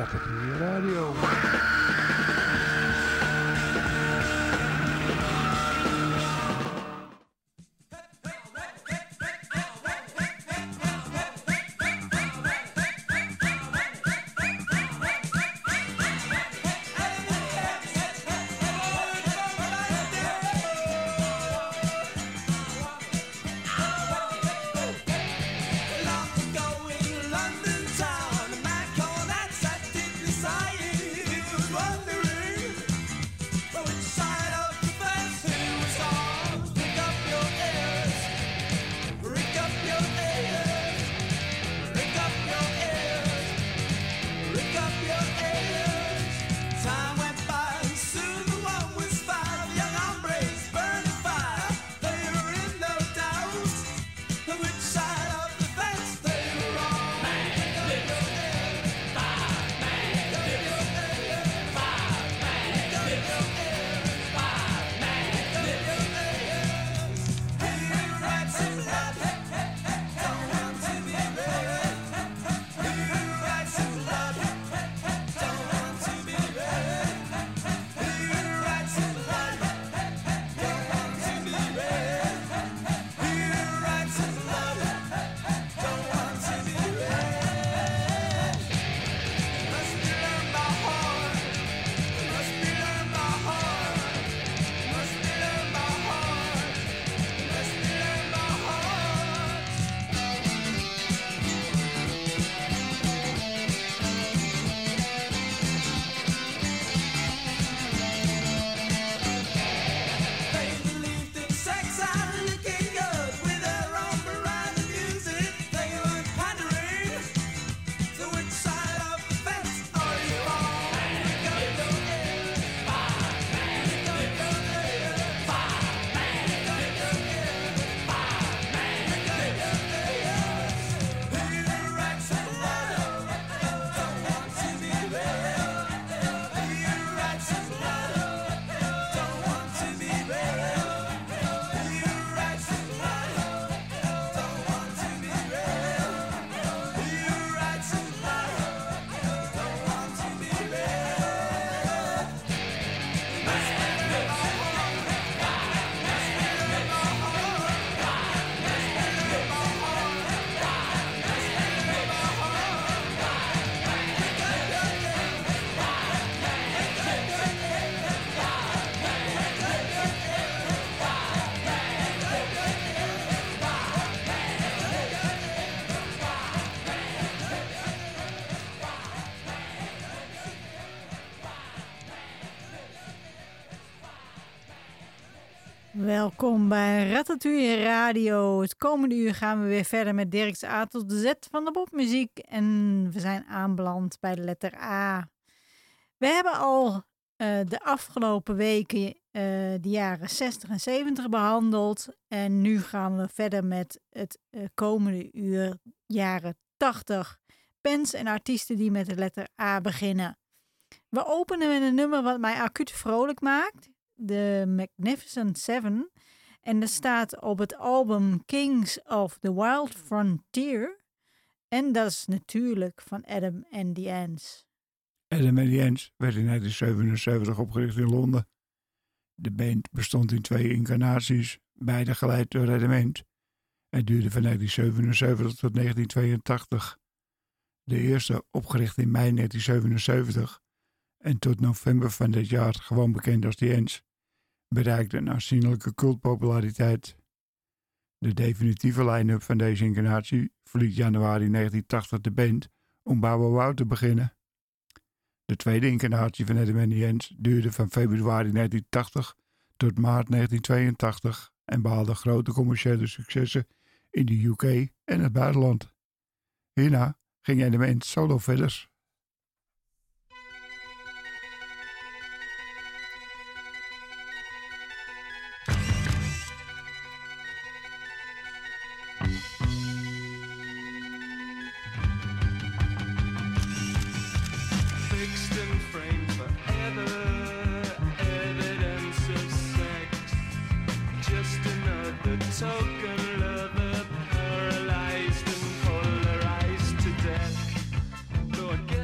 Ratatouille Radio. Welkom bij Ratatouille Radio. Het komende uur gaan we weer verder met Dirk's A tot de Z van de popmuziek. En we zijn aanbeland bij de letter A. We hebben al de afgelopen weken de jaren 60 en 70 behandeld. En nu gaan we verder met het komende uur jaren 80. Bands en artiesten die met de letter A beginnen. We openen met een nummer wat mij acuut vrolijk maakt. De Magnificent Seven. En dat staat op het album Kings of the Wild Frontier. En dat is natuurlijk van Adam and the Ants. Adam and the Ants werd in 1977 opgericht in Londen. De band bestond in 2 incarnaties, beide geleid door Adam Ant. Het duurde van 1977 tot 1982. De eerste opgericht in mei 1977 en tot november van dit jaar gewoon bekend als The Ants, bereikte een aanzienlijke cultpopulariteit. De definitieve line-up van deze incarnatie verliet januari 1980 de band om Bow Wow Wow te beginnen. De tweede incarnatie van Adam and the Ants duurde van februari 1980 tot maart 1982 en behaalde grote commerciële successen in de UK en het buitenland. Hierna ging Adam Ants solo verder. Token lover, paralyzed and polarized to death. Though I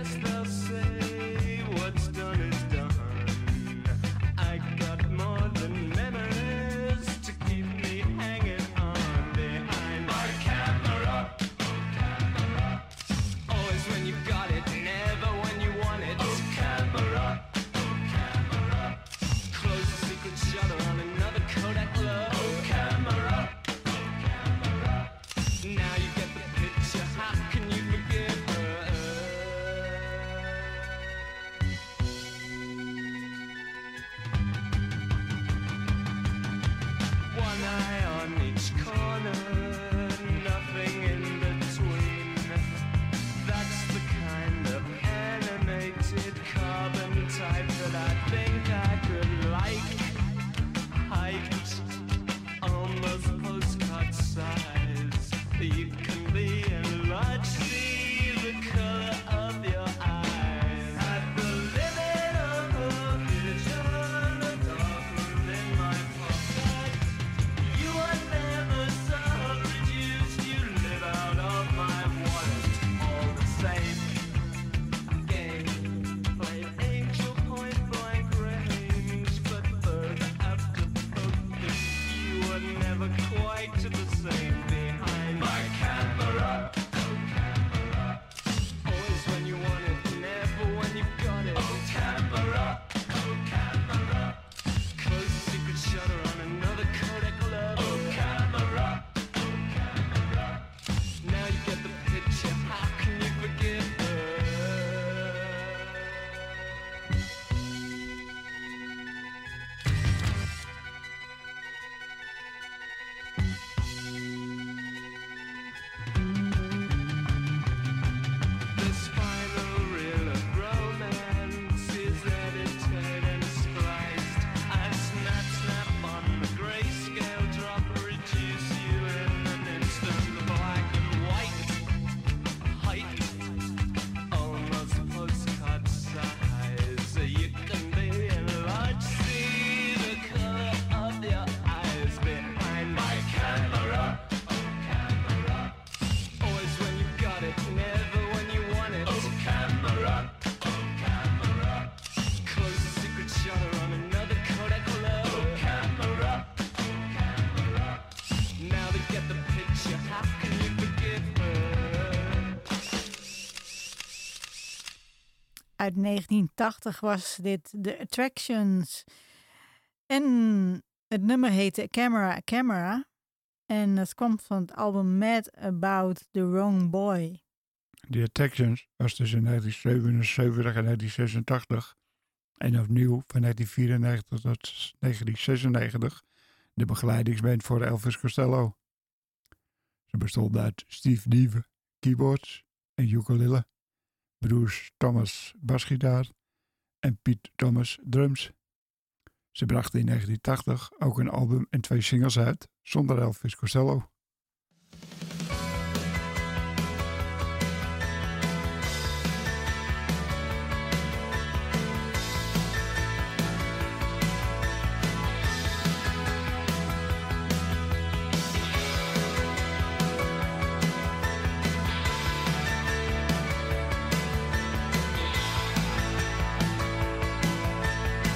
Uit 1980 was dit The Attractions. En het nummer heette Camera Camera. En dat kwam van het album Mad About the Wrong Boy. The Attractions was tussen 1977 en 1986 en opnieuw van 1994 tot 1996 de begeleidingsband voor Elvis Costello. Ze bestond uit Steve Dieve, keyboards en ukulele, Bruce Thomas, basgitaar en Pete Thomas, drums. Ze brachten in 1980 ook een album en 2 singles uit zonder Elvis Costello.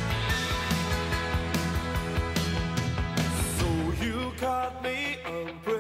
Caught me unprepared.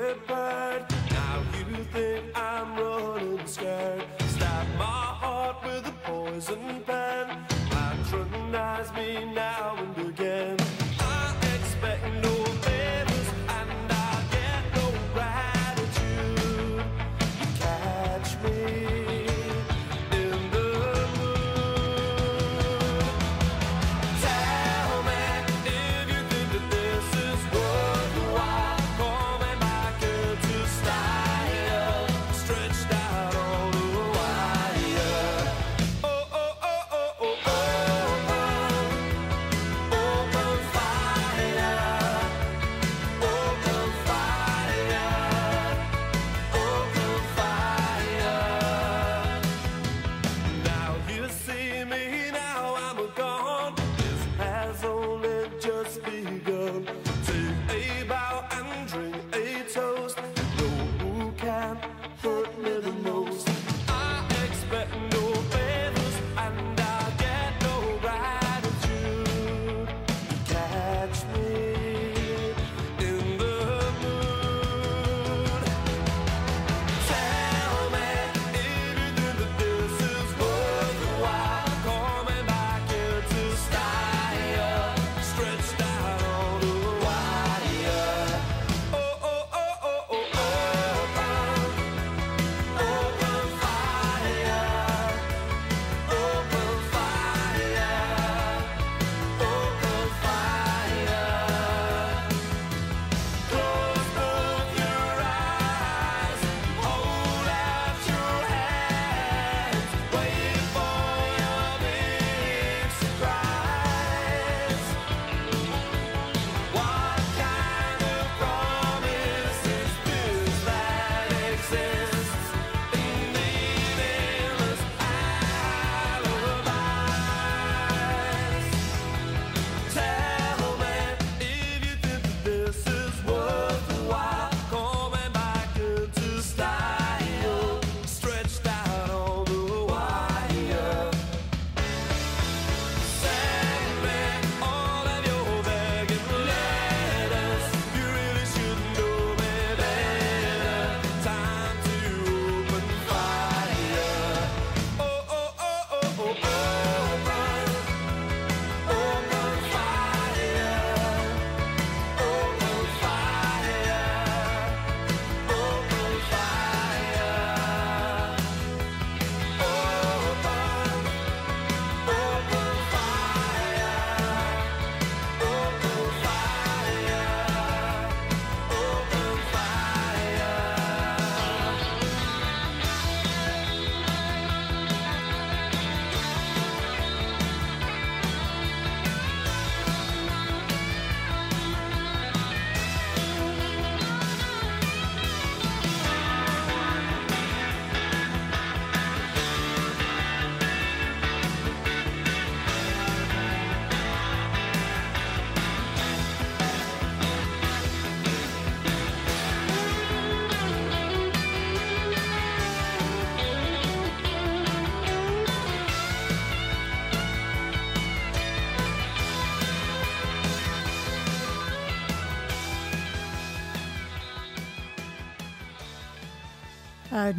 Uit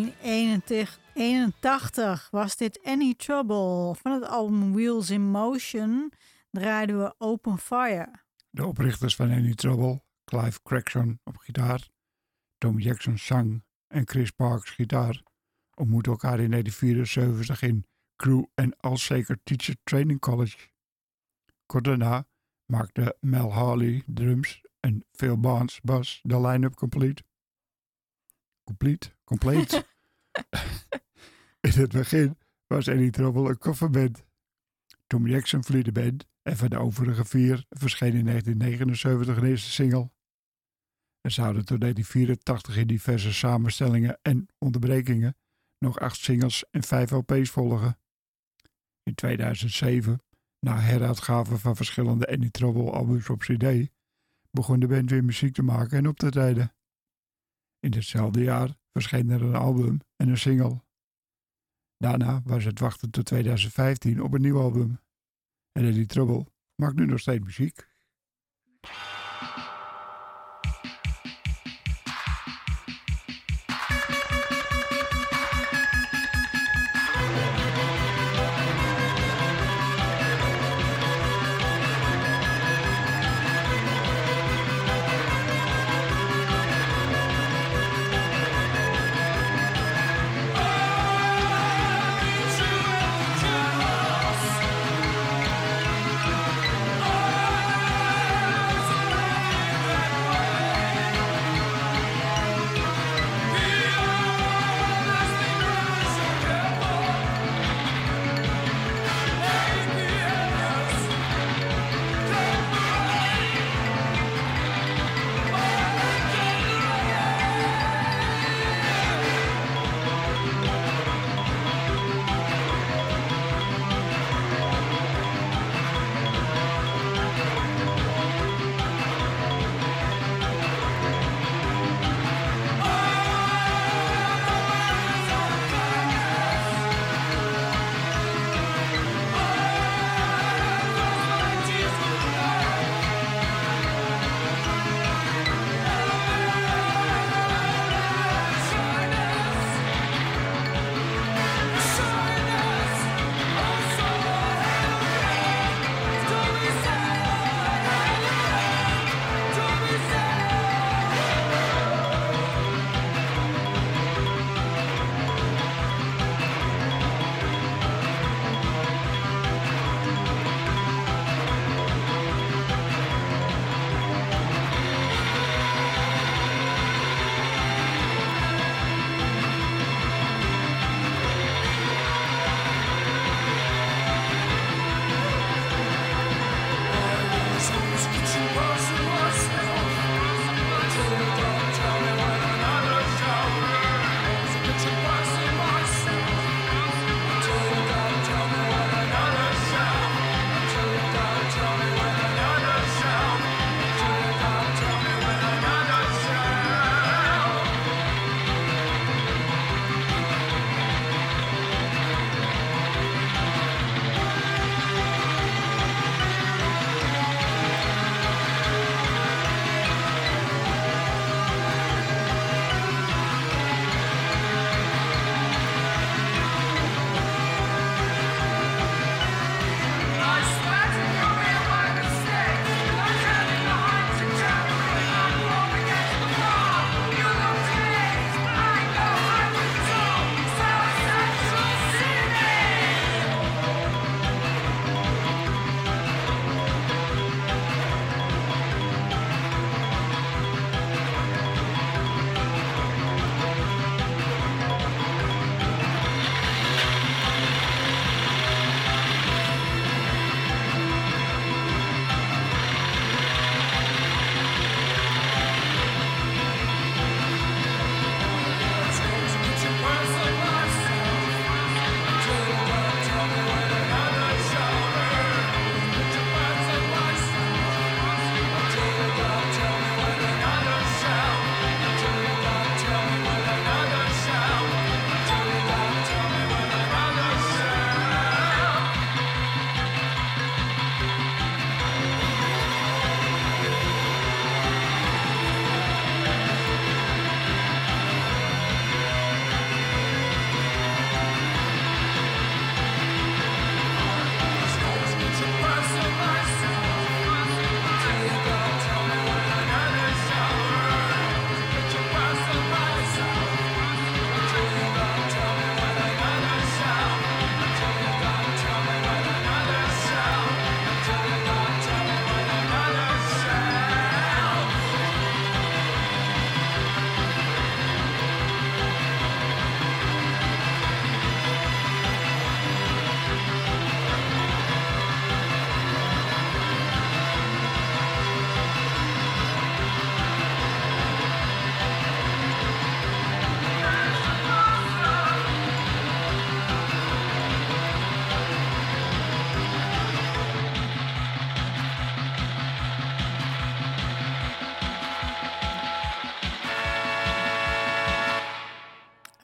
1981 was dit Any Trouble. Van het album Wheels in Motion draaiden we Open Fire. De oprichters van Any Trouble, Clive Crackson op gitaar, Tom Jackson zang en Chris Parks gitaar, ontmoetten elkaar in 1974 in Crew and Alsaker Teacher Training College. Kort daarna maakte Mel Harley drums en Phil Barnes bas de line-up compleet. In het begin was Any Trouble een coverband. Tom Jackson verliet de band en van de overige 4 verscheen in 1979 een eerste single. Er zouden tot 1984 in diverse samenstellingen en onderbrekingen nog 8 singles en 5 LP's volgen. In 2007, na heruitgaven van verschillende Any Trouble albums op CD, begon de band weer muziek te maken en op te treden. In hetzelfde jaar verscheen er een album en een single. Daarna was het wachten tot 2015 op een nieuw album. En Any Trouble maakt nu nog steeds muziek. Oh,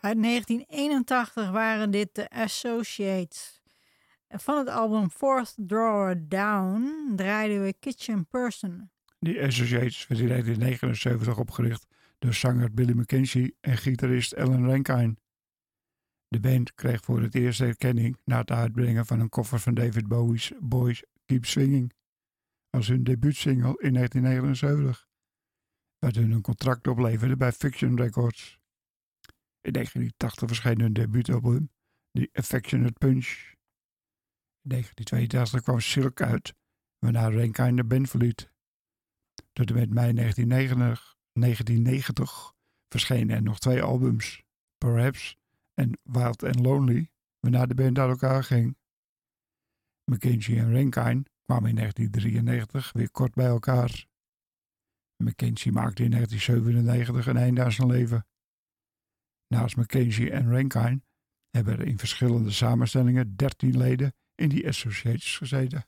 Uit 1981 waren dit de Associates. Van het album Fourth Drawer Down draaiden we Kitchen Person. Die Associates werd in 1979 opgericht door zanger Billy Mackenzie en gitarist Alan Rankine. De band kreeg voor het eerst erkenning na het uitbrengen van een cover van David Bowie's Boys Keep Swinging als hun debuutsingle in 1979, wat hun een contract opleverde bij Fiction Records. In 1980 verscheen hun debuutalbum, The Affectionate Punch. In 1982 kwam Silk uit, waarna Rankine de band verliet. Tot en met mei 1990 verschenen er nog 2 albums, Perhaps en Wild and Lonely, waarna de band uit elkaar ging. Mackenzie en Rankine kwamen in 1993 weer kort bij elkaar. Mackenzie maakte in 1997 een einde aan zijn leven. Naast Mackenzie en Rankine hebben er in verschillende samenstellingen 13 leden in die Associates gezeten.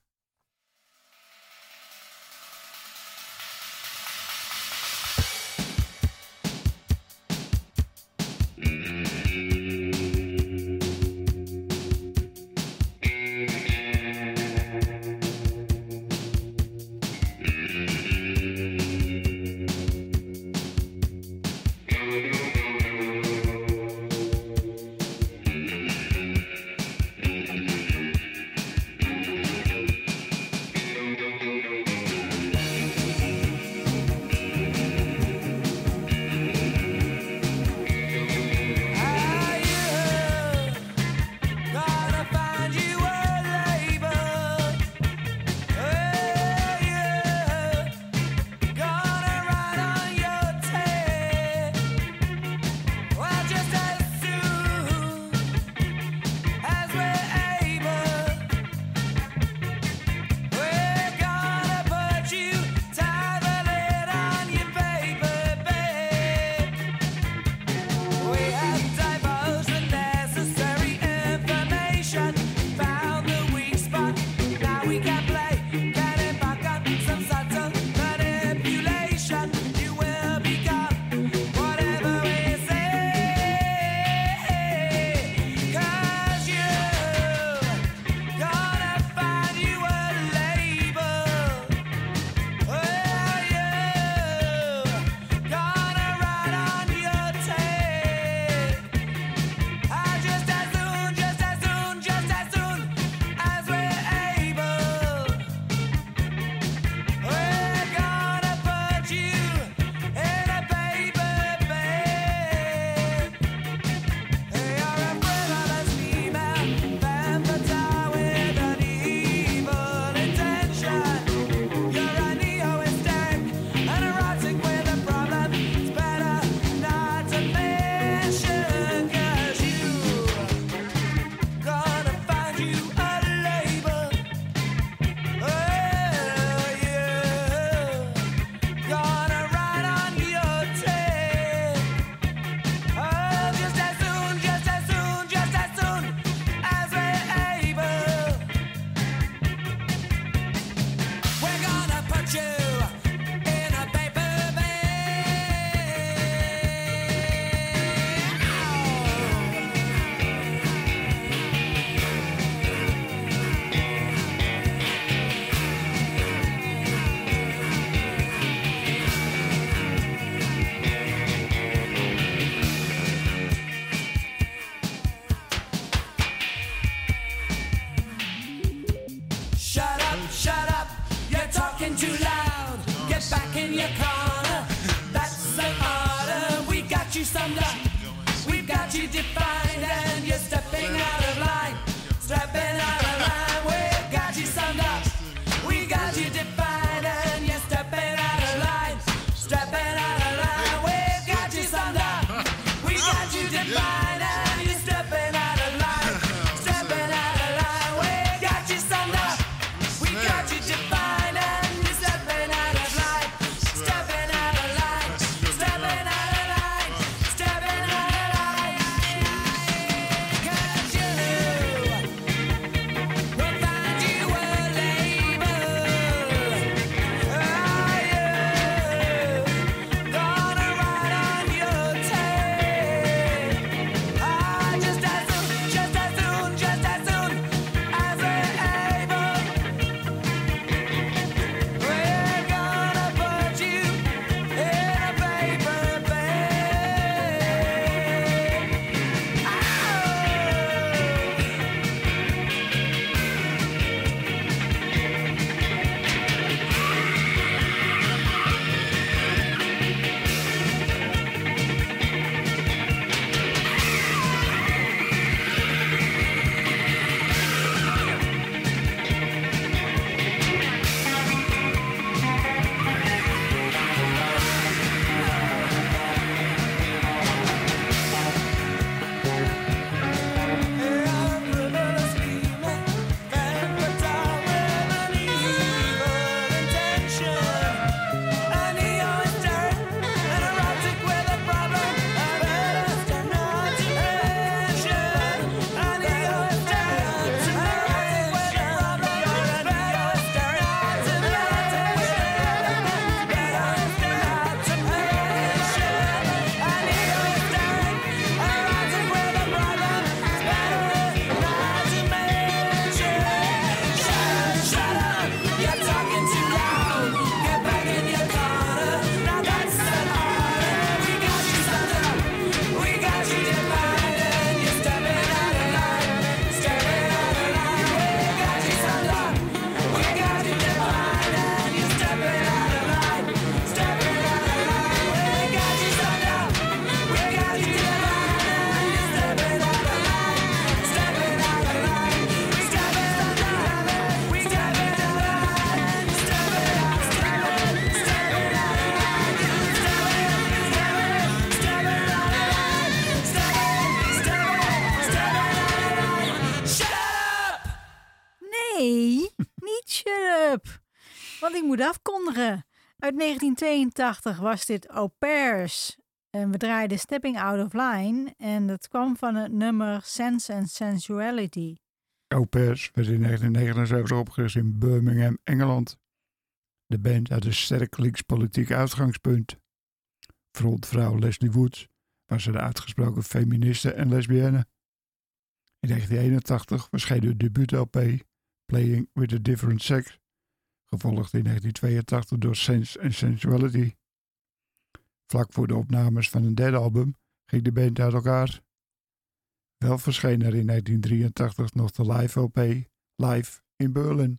Want ik moet afkondigen. Uit 1982 was dit Au Pairs. En we draaiden Stepping Out of Line. En dat kwam van het nummer Sense and Sensuality. Au Pairs werd in 1979 opgericht in Birmingham, Engeland. De band had een sterk links-politiek uitgangspunt. Frontvrouw Leslie Woods was een uitgesproken feministe en lesbienne. In 1981 verscheen de debuut-LP Playing with a Different Sex, gevolgd in 1982 door Sense and Sensuality. Vlak voor de opnames van een derde album ging de band uit elkaar. Wel verscheen er in 1983 nog de live-LP Live in Berlin.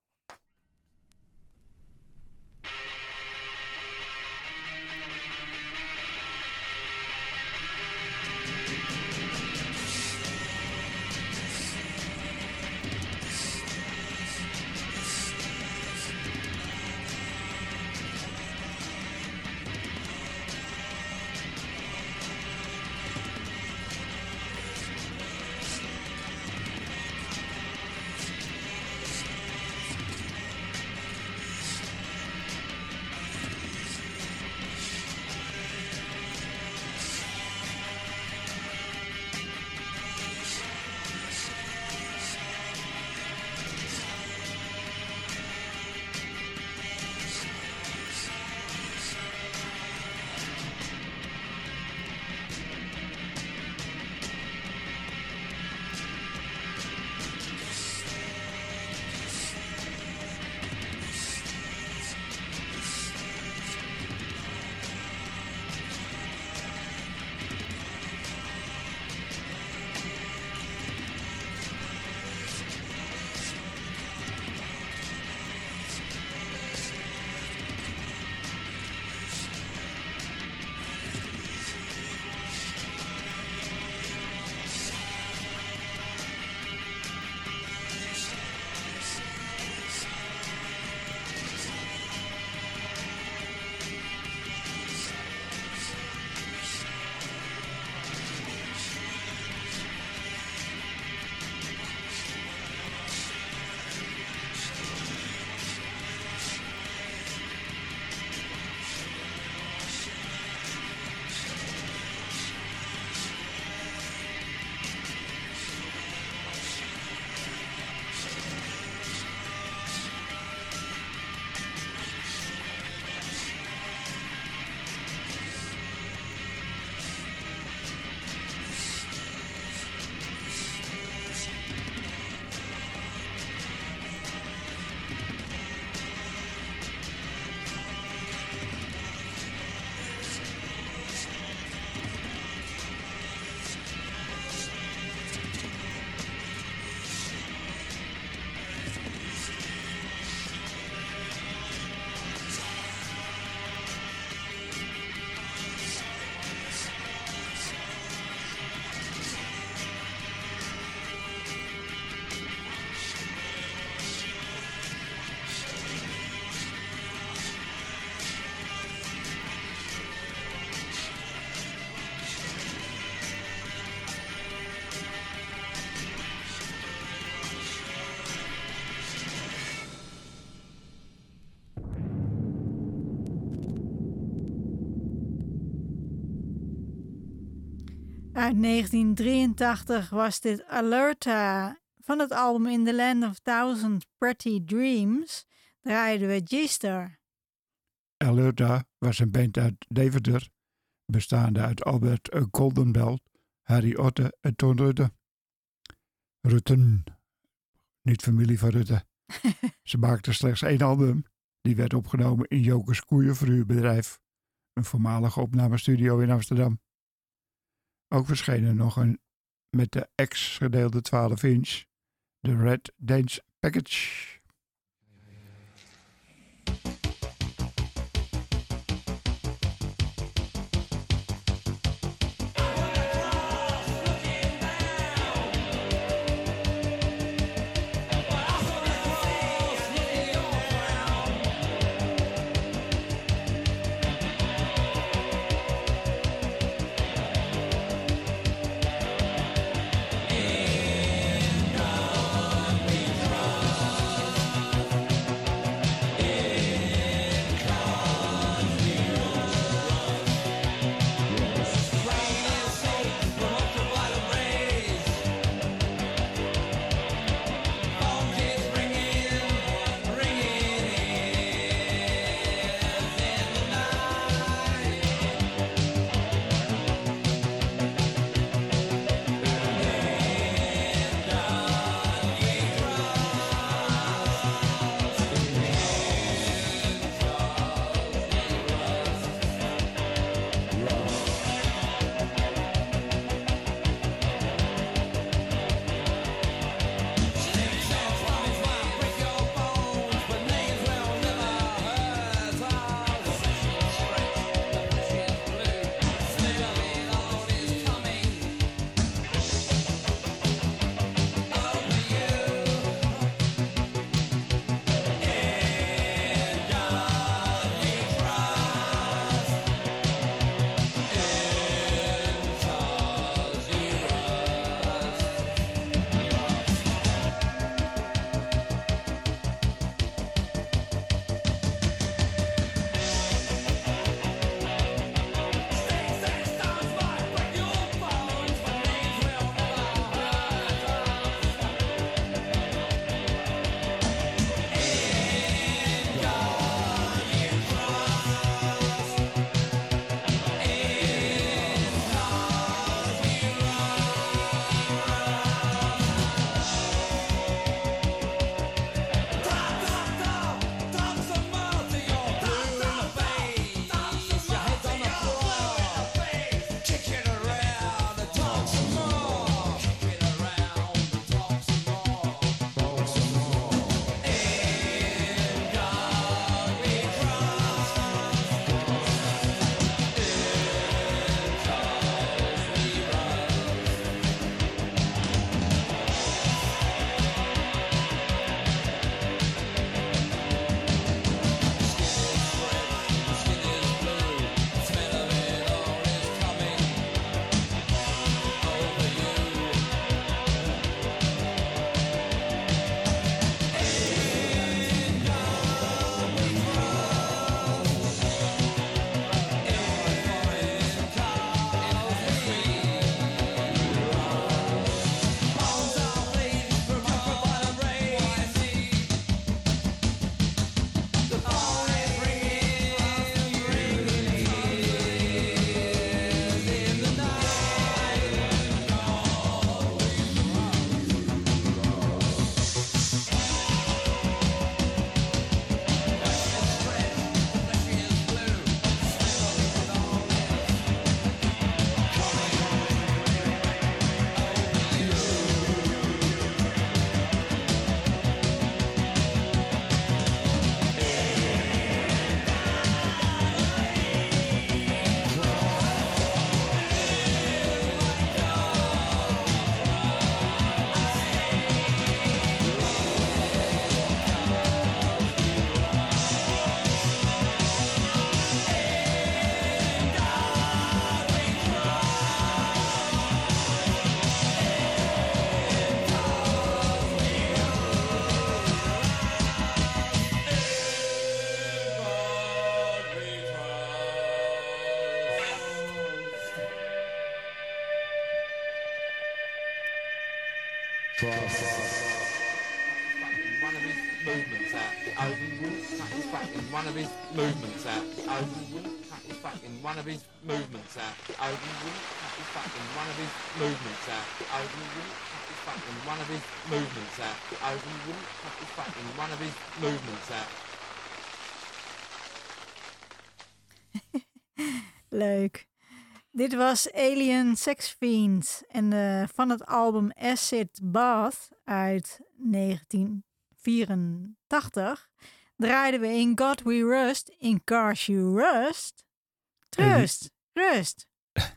Uit 1983 was dit Alerta. Van het album In the Land of Thousand Pretty Dreams draaiden we G-Star. Alerta was een band uit Deventer, bestaande uit Albert Goldenbelt, Harry Otte en Ton Rutte. Rutten, niet familie van Rutte. Ze maakten slechts 1 album, die werd opgenomen in Jokers Koeienverhuurbedrijf, een voormalige opnamestudio in Amsterdam. Ook verscheen er nog een met de X gedeelde 12 inch, de Red Dance Package. One of his movements out. Overwood cut his fucking one of his movements out. Overwood cut his fucking one of his movements out. Overwood cut his fucking one of his movements out. Overwood cut his fucking one of his movements out. Overwood cut his fucking one of his movements out. Leuk. Dit was Alien Sex Fiends en van het album Acid Bath uit 1984 draaiden we In God We Rust, In Cars You Rust. Trust, rust.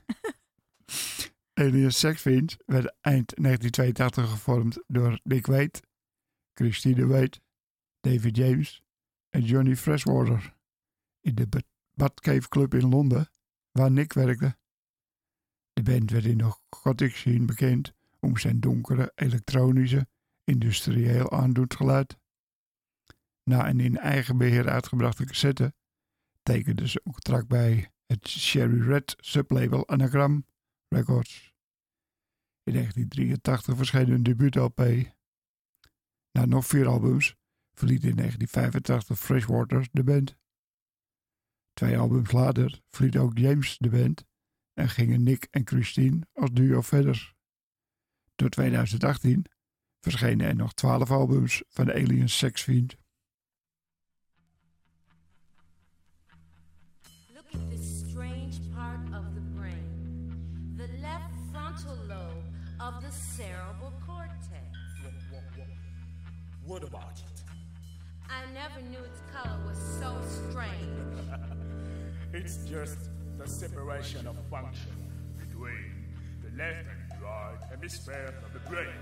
Alien Sex Fiends werd eind 1982 gevormd door Dick Wade, Christine Wade, David James en Johnny Freshwater in de Batcave Club in Londen, waar Nick werkte. De band werd in de gothic scene bekend om zijn donkere, elektronische, industrieel aandoend geluid. Na een in eigen beheer uitgebrachte cassette tekenden ze een contract bij het Cherry Red sublabel Anagram Records. In 1983 verscheen hun debuut-LP. Na nog 4 albums verliet in 1985 Freshwater de band. 2 albums later verliet ook James de band en gingen Nick en Christine als duo verder. Door 2018 verschenen er nog 12 albums van de Alien Sex Fiend. Look at this strange part of the brain. The left frontal lobe of the cerebral cortex. What about it? I never knew its color was so strange. It's just the separation of function between the left and right hemisphere of the brain.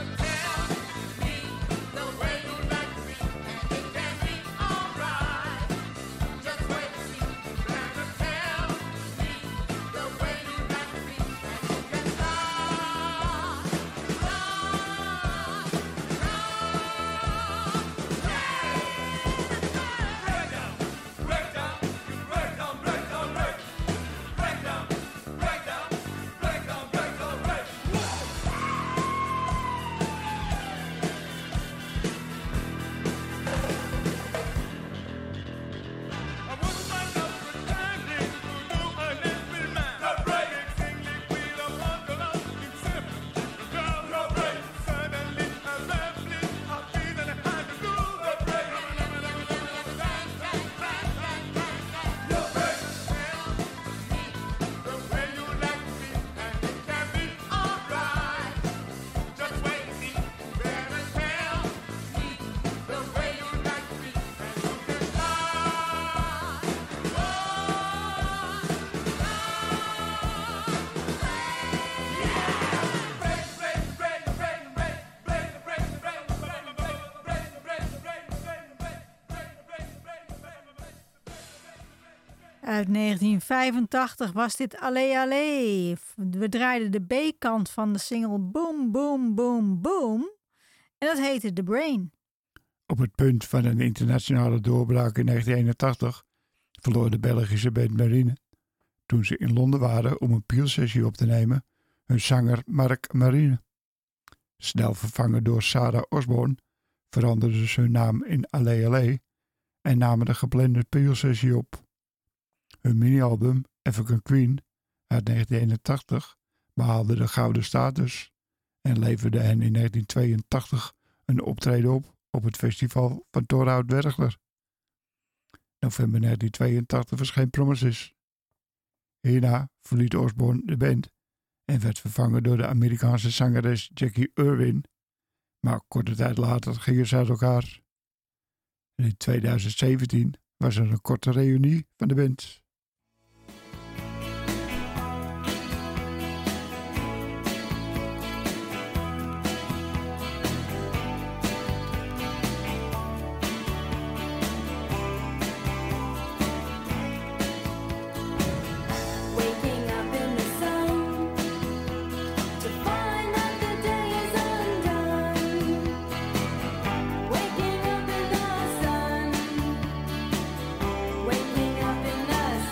The way you like to be, and it can be alright. Uit 1985 was dit Allee Allee. We draaiden de B-kant van de single Boom Boom Boom Boom. En dat heette The Brain. Op het punt van een internationale doorbraak in 1981 verloor de Belgische band Marine, toen ze in Londen waren om een Peel-sessie op te nemen, hun zanger Mark Marine. Snel vervangen door Sarah Osborne veranderden ze hun naam in Allee Allee en namen de geplande Peel-sessie op. Hun mini-album African Queen uit 1981 behaalde de gouden status en leverde hen in 1982 een optreden op het festival van Torhout-Wergler. November 1982 verscheen Promises. Hierna verliet Osborne de band en werd vervangen door de Amerikaanse zangeres Jackie Irwin, maar korte tijd later gingen ze uit elkaar. En in 2017 was er een korte reunie van de band. Waking up in the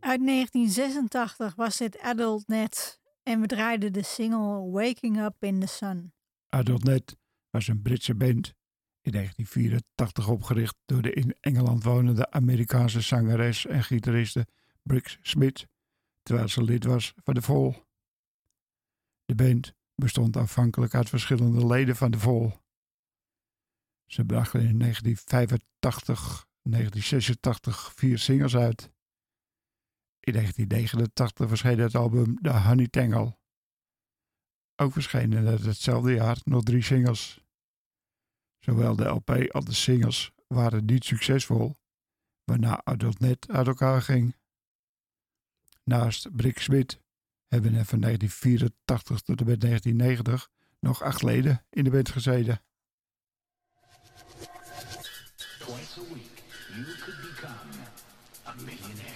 Uit 1986 was dit Adult-Net en we draaiden de single Waking Up in the Sun. Adult-Net was een Britse band in 1984 opgericht door de in Engeland wonende Amerikaanse zangeres en gitariste Briggs Smith, terwijl ze lid was van The Fall. De band bestond aanvankelijk uit verschillende leden van The Fall. Ze brachten in 1985 en 1986 4 singles uit. In 1989 verscheen het album The Honey Tangle. Ook verschenen in hetzelfde jaar nog 3 singles. Zowel de LP als de singles waren niet succesvol, waarna Adult-Net uit elkaar ging. Naast Briggs Smith hebben er van 1984 tot en met 1990 nog 8 leden in de band gezeten. Twice a week, you could become a millionaire.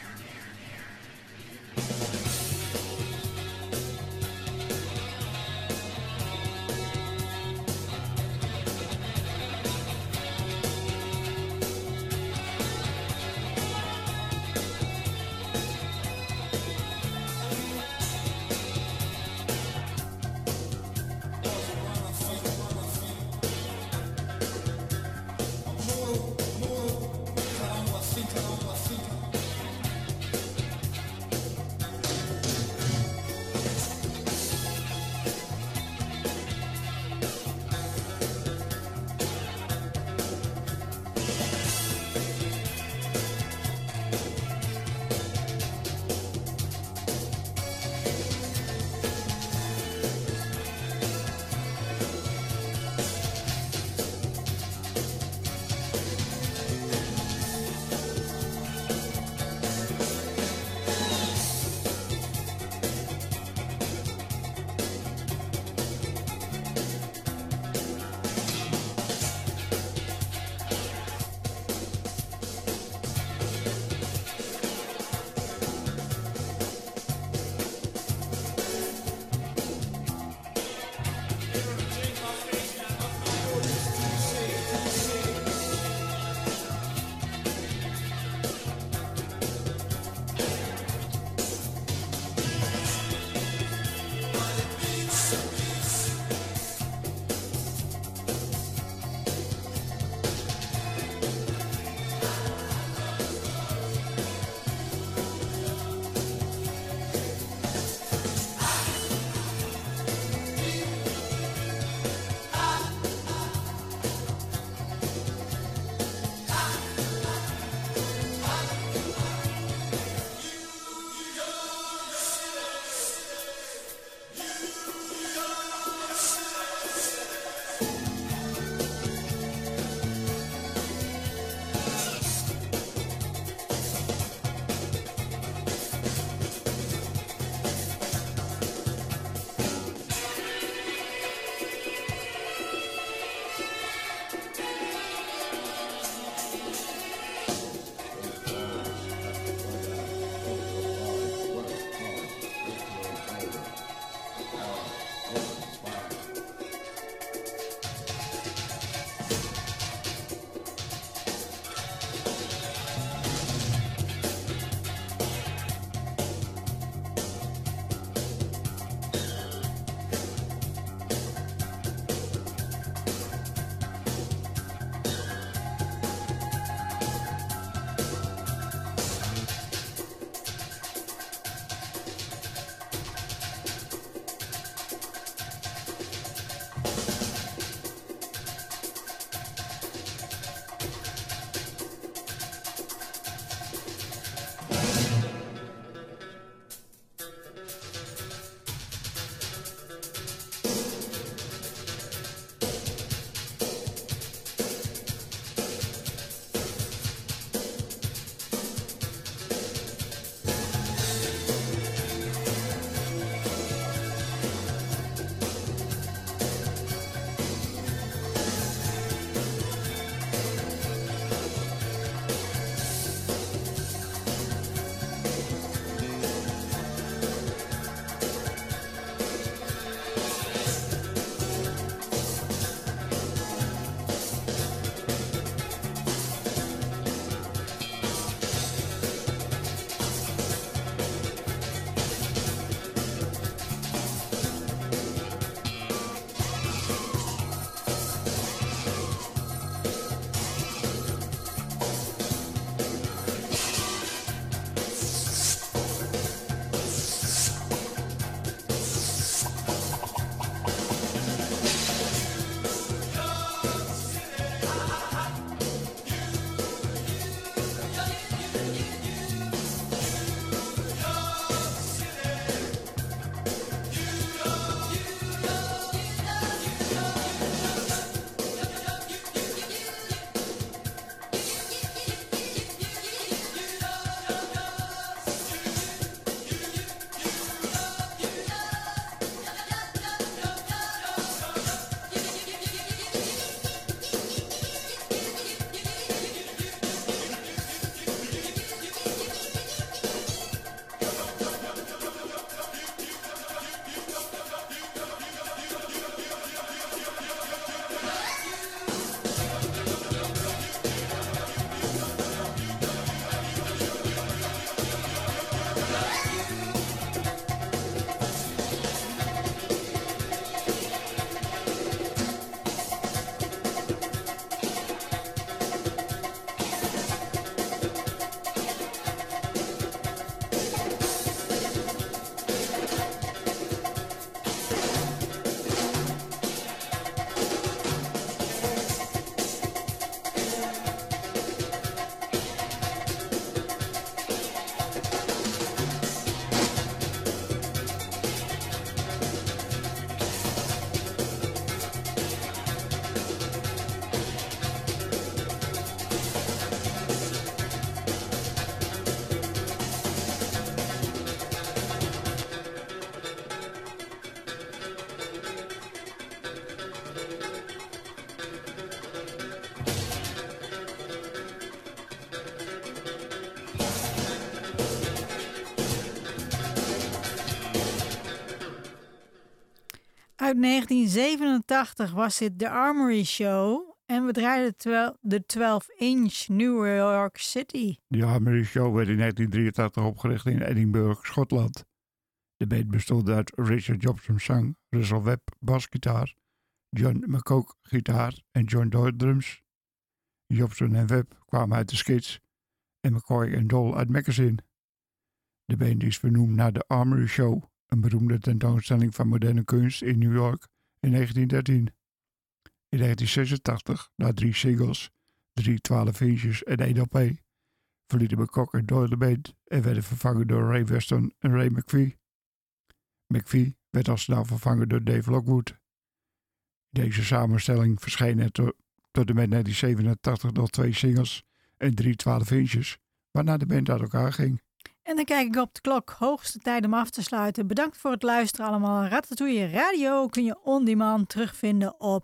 uit 1987 was dit The Armory Show. En we draaiden de 12-inch New York City. De Armory Show werd in 1983 opgericht in Edinburgh, Schotland. De band bestond uit Richard Jobson zang, Russell Webb basgitaar, John McCoke gitaar en John Doyle drums. Jobson en Webb kwamen uit de Skids en McCoy en Dole uit Magazine. De band is vernoemd naar de Armory Show, een beroemde tentoonstelling van moderne kunst in New York in 1913. In 1986, na 3 singles, 3 12-inches en 1 LP, verlieten McCoy en Doyle de band en werden vervangen door Ray Weston en Ray McVie. McVie werd al snel vervangen door Dave Lockwood. Deze samenstelling verscheen er tot en met 1987 nog 2 singles en 3 12-inches, waarna de band uit elkaar ging. En dan kijk ik op de klok. Hoogste tijd om af te sluiten. Bedankt voor het luisteren allemaal. Ratatouille Radio kun je on demand terugvinden op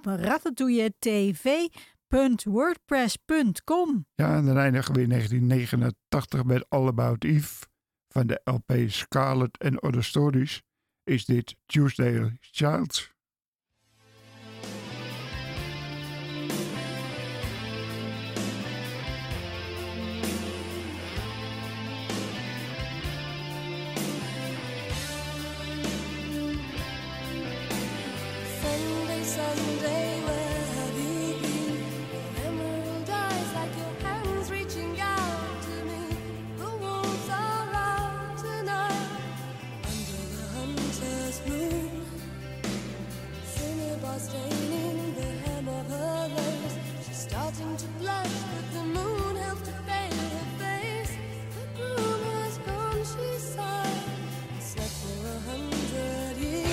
ratatouilletv.wordpress.com. Ja, en dan eindigen we in 1989 met All About Eve van de LP Scarlet and Other Stories. Is dit Tuesday Child? Sunday, where have you been? The emerald eyes like your hands reaching out to me. The wolves are out tonight under the hunter's moon. Cinnabar staining the hem of her lace. She's starting to blush, but the moon helps to fade her face. The groom has gone, she sighed, and slept for 100 years.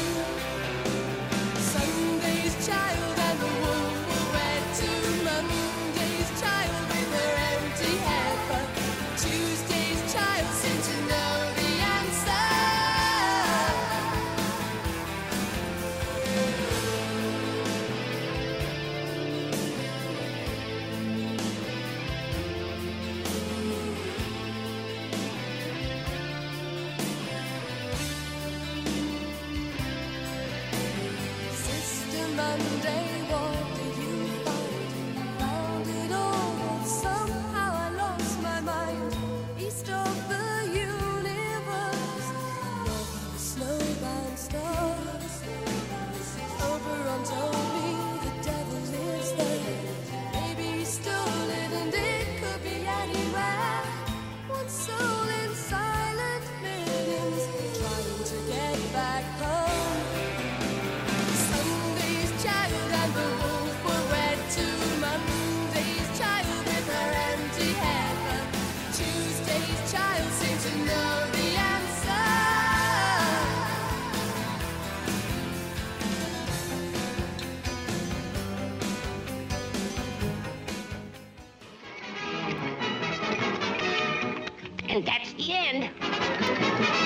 Sunday's child and the wolf were wed to Monday's child with her empty head, but Tuesday's child seemed to know the answer. Sister Monday, what did you find? I found it all, but somehow I lost my mind. East of the universe, north of the snowbound stars. Oberon told me the devil lives there. Maybe he stole it and it could be anywhere. One soul in silent millions, trying to get back home. Sunday's child and the wolf were wed to Monday's child with her empty head, but Tuesday's child seemed to know the answer. And that's the end.